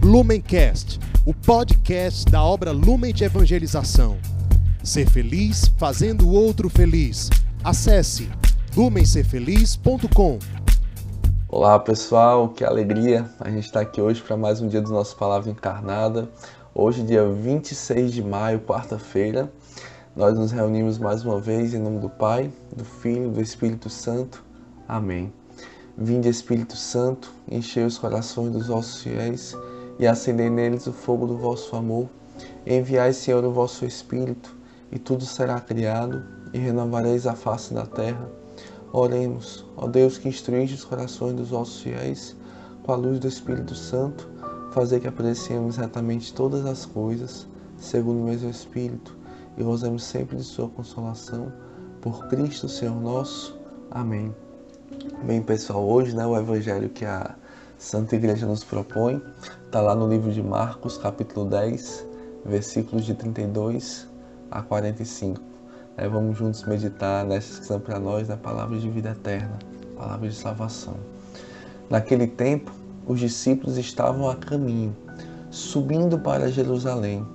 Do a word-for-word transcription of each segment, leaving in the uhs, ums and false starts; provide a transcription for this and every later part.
Lumencast, o podcast da obra Lumen de Evangelização. Ser feliz fazendo o outro feliz. Acesse lumen ser feliz ponto com. Olá pessoal, que alegria a gente está aqui hoje para mais um dia do nosso Palavra Encarnada. Hoje, dia vinte e seis de maio, quarta-feira, nós nos reunimos mais uma vez em nome do Pai, do Filho e do Espírito Santo. Amém. Vinde, Espírito Santo, enchei os corações dos vossos fiéis e acendei neles o fogo do vosso amor. Enviai, Senhor, o vosso Espírito, e tudo será criado, e renovareis a face da terra. Oremos, ó Deus, que instruíste os corações dos vossos fiéis, com a luz do Espírito Santo, fazer que apreciemos retamente todas as coisas, segundo o mesmo Espírito, e gozemos sempre de sua consolação, por Cristo, Senhor nosso. Amém. Bem, pessoal, hoje, né, o Evangelho que a Santa Igreja nos propõe está lá no livro de Marcos, capítulo dez, versículos de trinta e dois a quarenta e cinco. É, vamos juntos meditar nessa que são para nós, na palavra de vida eterna, palavra de salvação. Naquele tempo, os discípulos estavam a caminho, subindo para Jerusalém.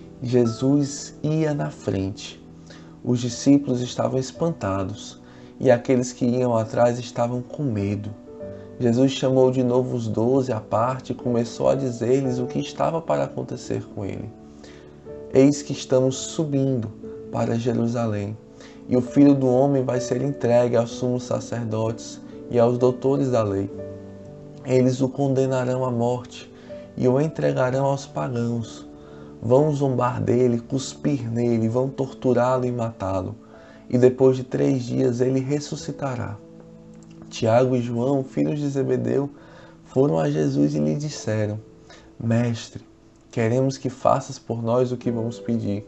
Jesus ia na frente. Os discípulos estavam espantados, e aqueles que iam atrás estavam com medo. Jesus chamou de novo os doze à parte e começou a dizer-lhes o que estava para acontecer com ele. Eis que estamos subindo para Jerusalém, e o Filho do Homem vai ser entregue aos sumos sacerdotes e aos doutores da lei. Eles o condenarão à morte e o entregarão aos pagãos. Vão zombar dele, cuspir nele, vão torturá-lo e matá-lo. E depois de três dias ele ressuscitará. Tiago e João, filhos de Zebedeu, foram a Jesus e lhe disseram: Mestre, queremos que faças por nós o que vamos pedir.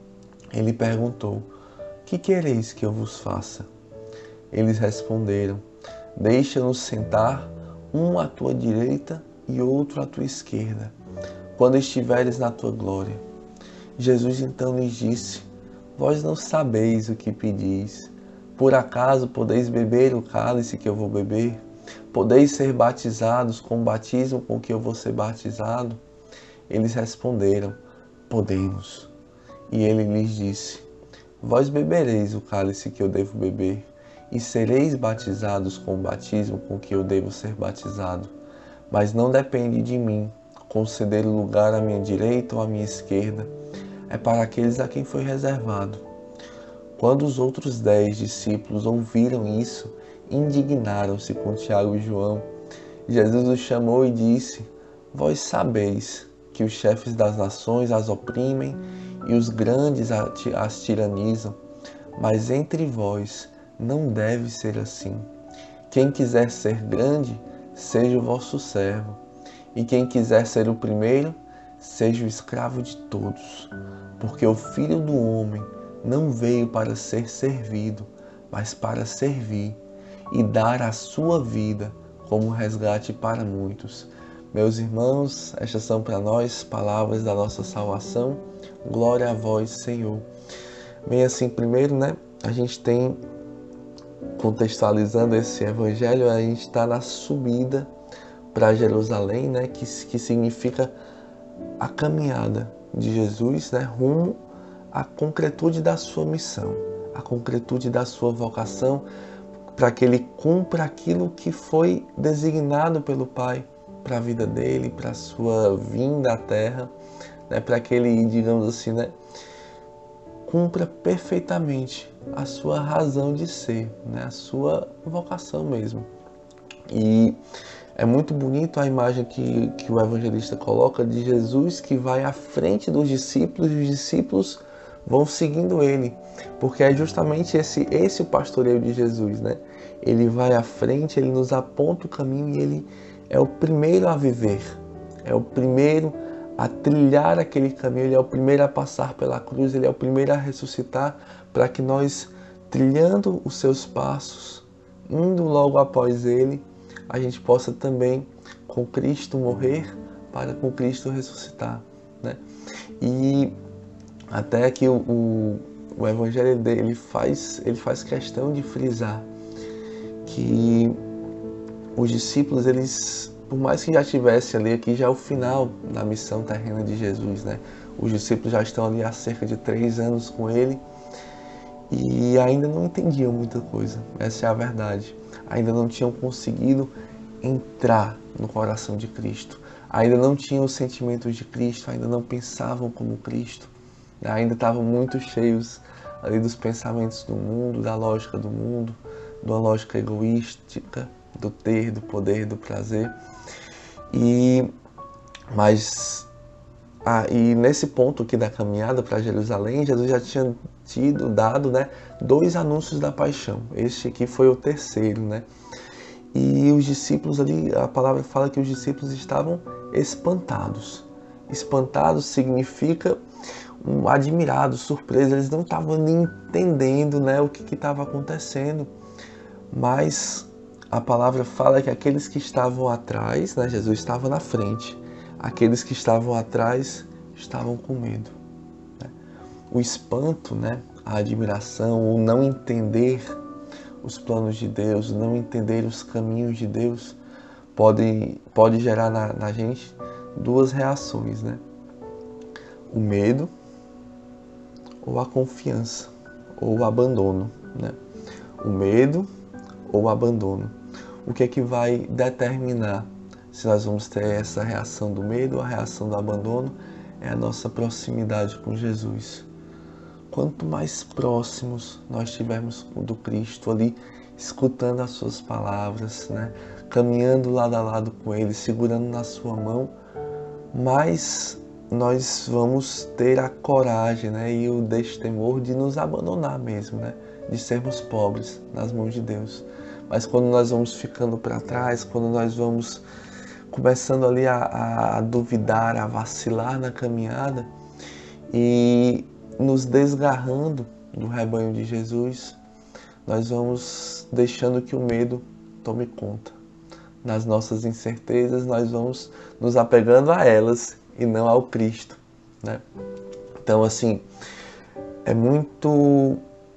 Ele perguntou: Que quereis que eu vos faça? Eles responderam: Deixa-nos sentar, um à tua direita e outro à tua esquerda, quando estiveres na tua glória. Jesus então lhes disse: Vós não sabeis o que pedis. Por acaso podeis beber o cálice que eu vou beber? Podeis ser batizados com o batismo com que eu vou ser batizado? Eles responderam: Podemos. E ele lhes disse: Vós bebereis o cálice que eu devo beber, e sereis batizados com o batismo com que eu devo ser batizado. Mas não depende de mim conceder lugar à minha direita ou à minha esquerda. É para aqueles a quem foi reservado. Quando os outros dez discípulos ouviram isso, indignaram-se com Tiago e João. Jesus os chamou e disse: Vós sabeis que os chefes das nações as oprimem e os grandes as tiranizam, mas entre vós não deve ser assim. Quem quiser ser grande, seja o vosso servo, e quem quiser ser o primeiro, seja o escravo de todos, porque o Filho do Homem não veio para ser servido, mas para servir e dar a sua vida como resgate para muitos. Meus irmãos, estas são para nós palavras da nossa salvação. Glória a vós, Senhor. Bem, assim, primeiro, né, a gente tem, contextualizando esse evangelho, a gente está na subida para Jerusalém, né, que, que significa a caminhada de Jesus, né, rumo à concretude da sua missão, à concretude da sua vocação, para que ele cumpra aquilo que foi designado pelo Pai para a vida dele, para a sua vinda à Terra, né, para que ele, digamos assim, né, cumpra perfeitamente a sua razão de ser, né, a sua vocação mesmo. E é muito bonito a imagem que, que o evangelista coloca de Jesus que vai à frente dos discípulos e os discípulos vão seguindo ele, porque é justamente esse, esse o pastoreio de Jesus, né? Ele vai à frente, ele nos aponta o caminho e ele é o primeiro a viver, é o primeiro a trilhar aquele caminho, ele é o primeiro a passar pela cruz, ele é o primeiro a ressuscitar, para que nós, trilhando os seus passos, indo logo após ele, a gente possa também com Cristo morrer para com Cristo ressuscitar, né? E até que o, o, o Evangelho dele faz, ele faz questão de frisar que os discípulos eles por mais que já estivesse ali, aqui já é o final da missão terrena de Jesus, né? Os discípulos já estão ali há cerca de três anos com ele e ainda não entendiam muita coisa, essa é a verdade. Ainda não tinham conseguido entrar no coração de Cristo, ainda não tinham os sentimentos de Cristo, ainda não pensavam como Cristo, ainda estavam muito cheios ali dos pensamentos do mundo, da lógica do mundo, de uma lógica egoística, do ter, do poder, do prazer. E, mas, ah, e nesse ponto aqui da caminhada para Jerusalém, Jesus já tinha tido, dado, né, dois anúncios da paixão. Este aqui foi o terceiro, né? E os discípulos ali, a palavra fala que os discípulos estavam espantados. Espantados significa um, admirados, surpresos. Eles não estavam nem entendendo, né, o que estava acontecendo. Mas a palavra fala que aqueles que estavam atrás, né, Jesus estava na frente. Aqueles que estavam atrás estavam com medo. Né? O espanto, né, a admiração, o não entender os planos de Deus, não entender os caminhos de Deus, pode, pode gerar na, na gente duas reações, né? O medo ou a confiança, ou o abandono, né? O medo ou o abandono. O que é que vai determinar se nós vamos ter essa reação do medo ou a reação do abandono? É a nossa proximidade com Jesus. Quanto mais próximos nós estivermos do Cristo ali, escutando as suas palavras, né? Caminhando lado a lado com Ele, segurando na sua mão, mais nós vamos ter a coragem, né? E o destemor de nos abandonar mesmo, né? De sermos pobres nas mãos de Deus. Mas quando nós vamos ficando para trás, quando nós vamos começando ali a, a duvidar, a vacilar na caminhada e nos desgarrando do rebanho de Jesus, nós vamos deixando que o medo tome conta. Nas nossas incertezas, nós vamos nos apegando a elas e não ao Cristo, né? Então, assim, é muito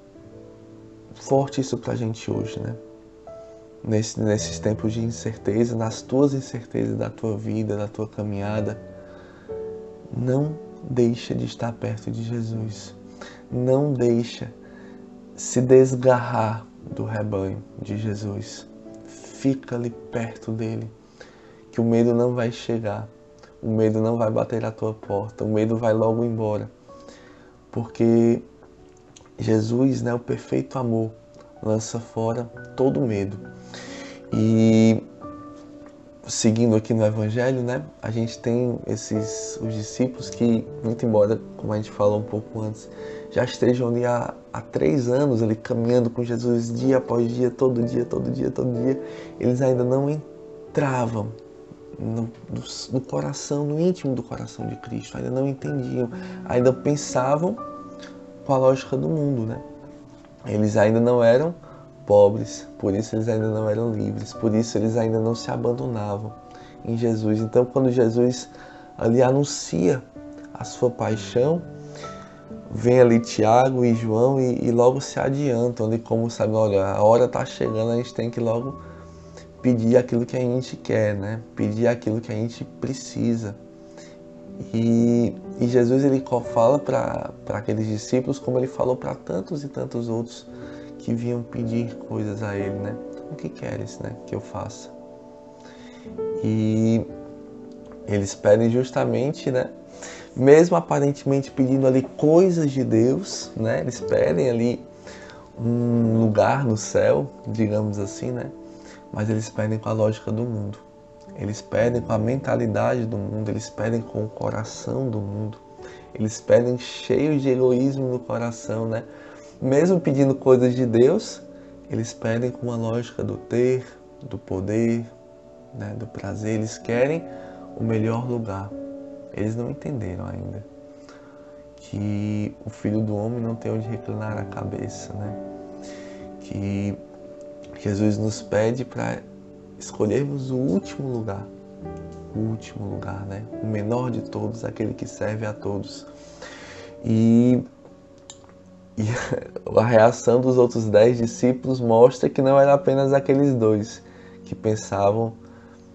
forte isso pra gente hoje, né? Nesse, nesses tempos de incerteza, nas tuas incertezas da tua vida, da tua caminhada, não deixa de estar perto de Jesus. Não deixa se desgarrar do rebanho de Jesus. Fica ali perto dele, que o medo não vai chegar. O medo não vai bater à tua porta. O medo vai logo embora. Porque Jesus, né, o perfeito amor, lança fora todo medo. E seguindo aqui no Evangelho, né, a gente tem esses os discípulos que, muito embora, como a gente falou um pouco antes, já estejam ali há, há três anos ali caminhando com Jesus dia após dia, todo dia, todo dia, todo dia, eles ainda não entravam no, no, no coração, no íntimo do coração de Cristo, ainda não entendiam, ainda pensavam com a lógica do mundo, né? Eles ainda não eram pobres, por isso eles ainda não eram livres, por isso eles ainda não se abandonavam em Jesus. Então, quando Jesus ali anuncia a sua paixão, vem ali Tiago e João e, e logo se adiantam ali, como sabe, olha, a hora está chegando, a gente tem que logo pedir aquilo que a gente quer, né? Pedir aquilo que a gente precisa. E, e Jesus, ele fala para aqueles discípulos como ele falou para tantos e tantos outros que vinham pedir coisas a ele, né? O que queres, né, que eu faça? E eles pedem justamente, né, mesmo aparentemente pedindo ali coisas de Deus, né? Eles pedem ali um lugar no céu, digamos assim, né? Mas eles pedem com a lógica do mundo. Eles pedem com a mentalidade do mundo, eles pedem com o coração do mundo. Eles pedem cheios de egoísmo no coração, né? Mesmo pedindo coisas de Deus, eles pedem com a lógica do ter, do poder, né? Do prazer. Eles querem o melhor lugar. Eles não entenderam ainda que o Filho do Homem não tem onde reclinar a cabeça, né? Que Jesus nos pede para escolhermos o último lugar, o último lugar, né? O menor de todos, aquele que serve a todos. E, e a reação dos outros dez discípulos mostra que não era apenas aqueles dois que pensavam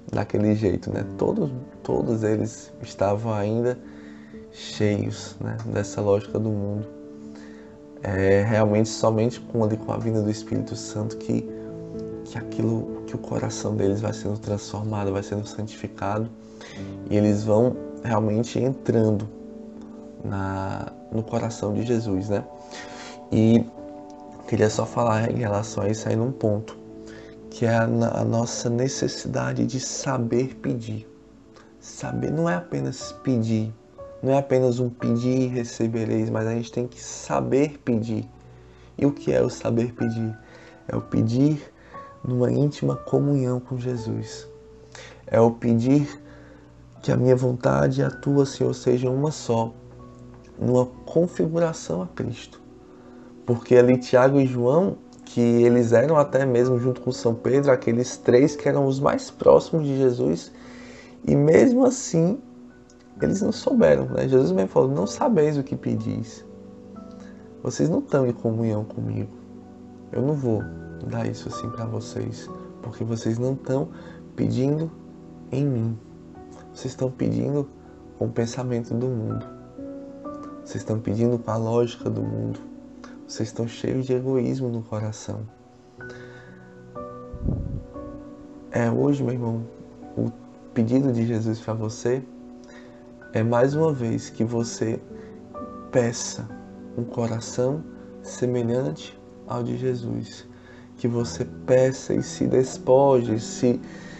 daquele jeito, né? Todos, todos eles estavam ainda cheios, né, dessa lógica do mundo. É realmente somente com, ali, com a vinda do Espírito Santo que, que aquilo, que o coração deles vai sendo transformado, vai sendo santificado e eles vão realmente entrando na, no coração de Jesus, né? E queria só falar em relação a isso aí num ponto, que é a, a nossa necessidade de saber pedir. Saber não é apenas pedir, não é apenas um pedir e recebereis, mas a gente tem que saber pedir. E o que é o saber pedir? É o pedir numa íntima comunhão com Jesus. É o pedir que a minha vontade e a tua, Senhor, sejam uma só, numa configuração a Cristo. Porque ali Tiago e João, que eles eram até mesmo junto com São Pedro, aqueles três que eram os mais próximos de Jesus, e mesmo assim, eles não souberam, né? Jesus mesmo falou, não sabeis o que pedis. Vocês não estão em comunhão comigo. Eu não vou dar isso assim para vocês, porque vocês não estão pedindo em mim. Vocês estão pedindo com o pensamento do mundo. Vocês estão pedindo com a lógica do mundo. Vocês estão cheios de egoísmo no coração. É hoje, meu irmão, o pedido de Jesus para você é mais uma vez que você peça um coração semelhante ao de Jesus. Que você peça e se despoje, se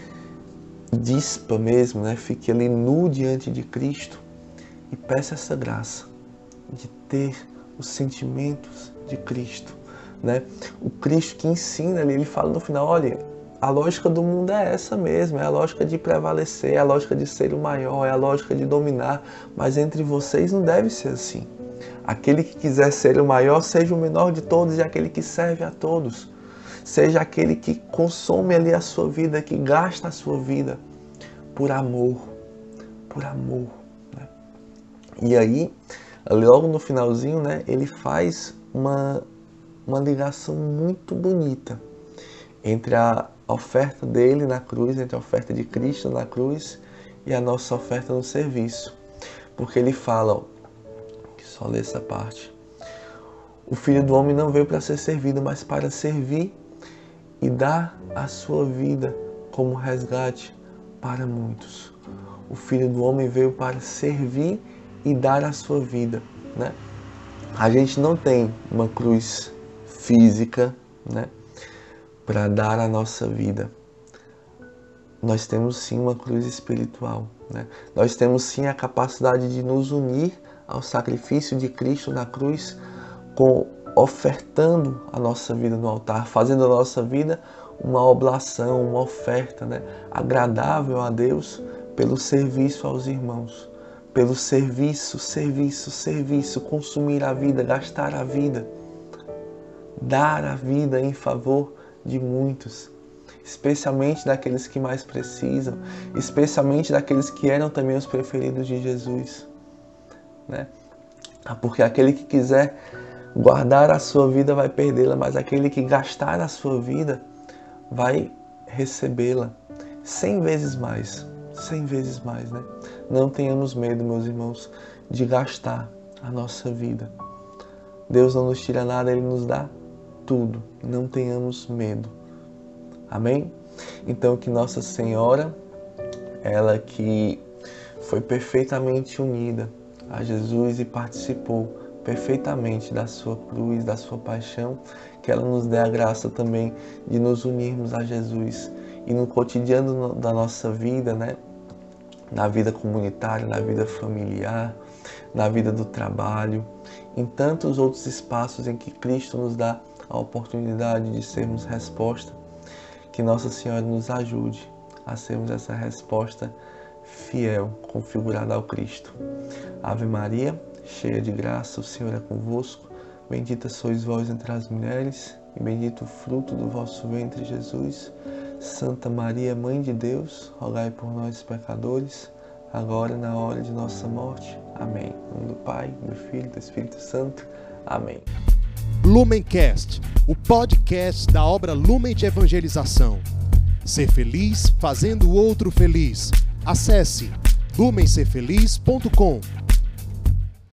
dispa mesmo, né? Fique ali nu diante de Cristo e peça essa graça de ter os sentimentos de Cristo, né? O Cristo que ensina ali, ele fala no final, olha, a lógica do mundo é essa mesmo, é a lógica de prevalecer, é a lógica de ser o maior, é a lógica de dominar, mas entre vocês não deve ser assim. Aquele que quiser ser o maior, seja o menor de todos, e aquele que serve a todos. Seja aquele que consome ali a sua vida, que gasta a sua vida por amor, por amor, né? E aí, logo no finalzinho, né, ele faz uma, uma ligação muito bonita entre a oferta dele na cruz, entre a oferta de Cristo na cruz e a nossa oferta no serviço. Porque ele fala, ó, que só ler essa parte, o Filho do Homem não veio para ser servido, mas para servir e dar a sua vida como resgate para muitos. O Filho do Homem veio para servir e dar a sua vida, né? A gente não tem uma cruz física, né, para dar a nossa vida. Nós temos sim uma cruz espiritual, né? Nós temos sim a capacidade de nos unir ao sacrifício de Cristo na cruz, com, ofertando a nossa vida no altar, fazendo a nossa vida uma oblação, uma oferta, né, agradável a Deus pelo serviço aos irmãos. Pelo serviço, serviço, serviço, consumir a vida, gastar a vida, dar a vida em favor de muitos, especialmente daqueles que mais precisam, especialmente daqueles que eram também os preferidos de Jesus, né? Porque aquele que quiser guardar a sua vida vai perdê-la, mas aquele que gastar a sua vida vai recebê-la cem vezes mais, cem vezes mais, né? Não tenhamos medo, meus irmãos, de gastar a nossa vida. Deus não nos tira nada, Ele nos dá tudo. Não tenhamos medo. Amém? Então que Nossa Senhora, ela que foi perfeitamente unida a Jesus e participou perfeitamente da sua cruz, da sua paixão, que ela nos dê a graça também de nos unirmos a Jesus e no cotidiano da nossa vida, né? Na vida comunitária, na vida familiar, na vida do trabalho, em tantos outros espaços em que Cristo nos dá a oportunidade de sermos resposta, que Nossa Senhora nos ajude a sermos essa resposta fiel, configurada ao Cristo. Ave Maria, cheia de graça, o Senhor é convosco, bendita sois vós entre as mulheres, e bendito o fruto do vosso ventre, Jesus. Santa Maria, Mãe de Deus, rogai por nós, pecadores, agora e na hora de nossa morte. Amém. Em nome do Pai, do Filho e do Espírito Santo. Amém. Lumencast, o podcast da obra Lumen de Evangelização. Ser feliz fazendo o outro feliz. Acesse lumen ser feliz ponto com.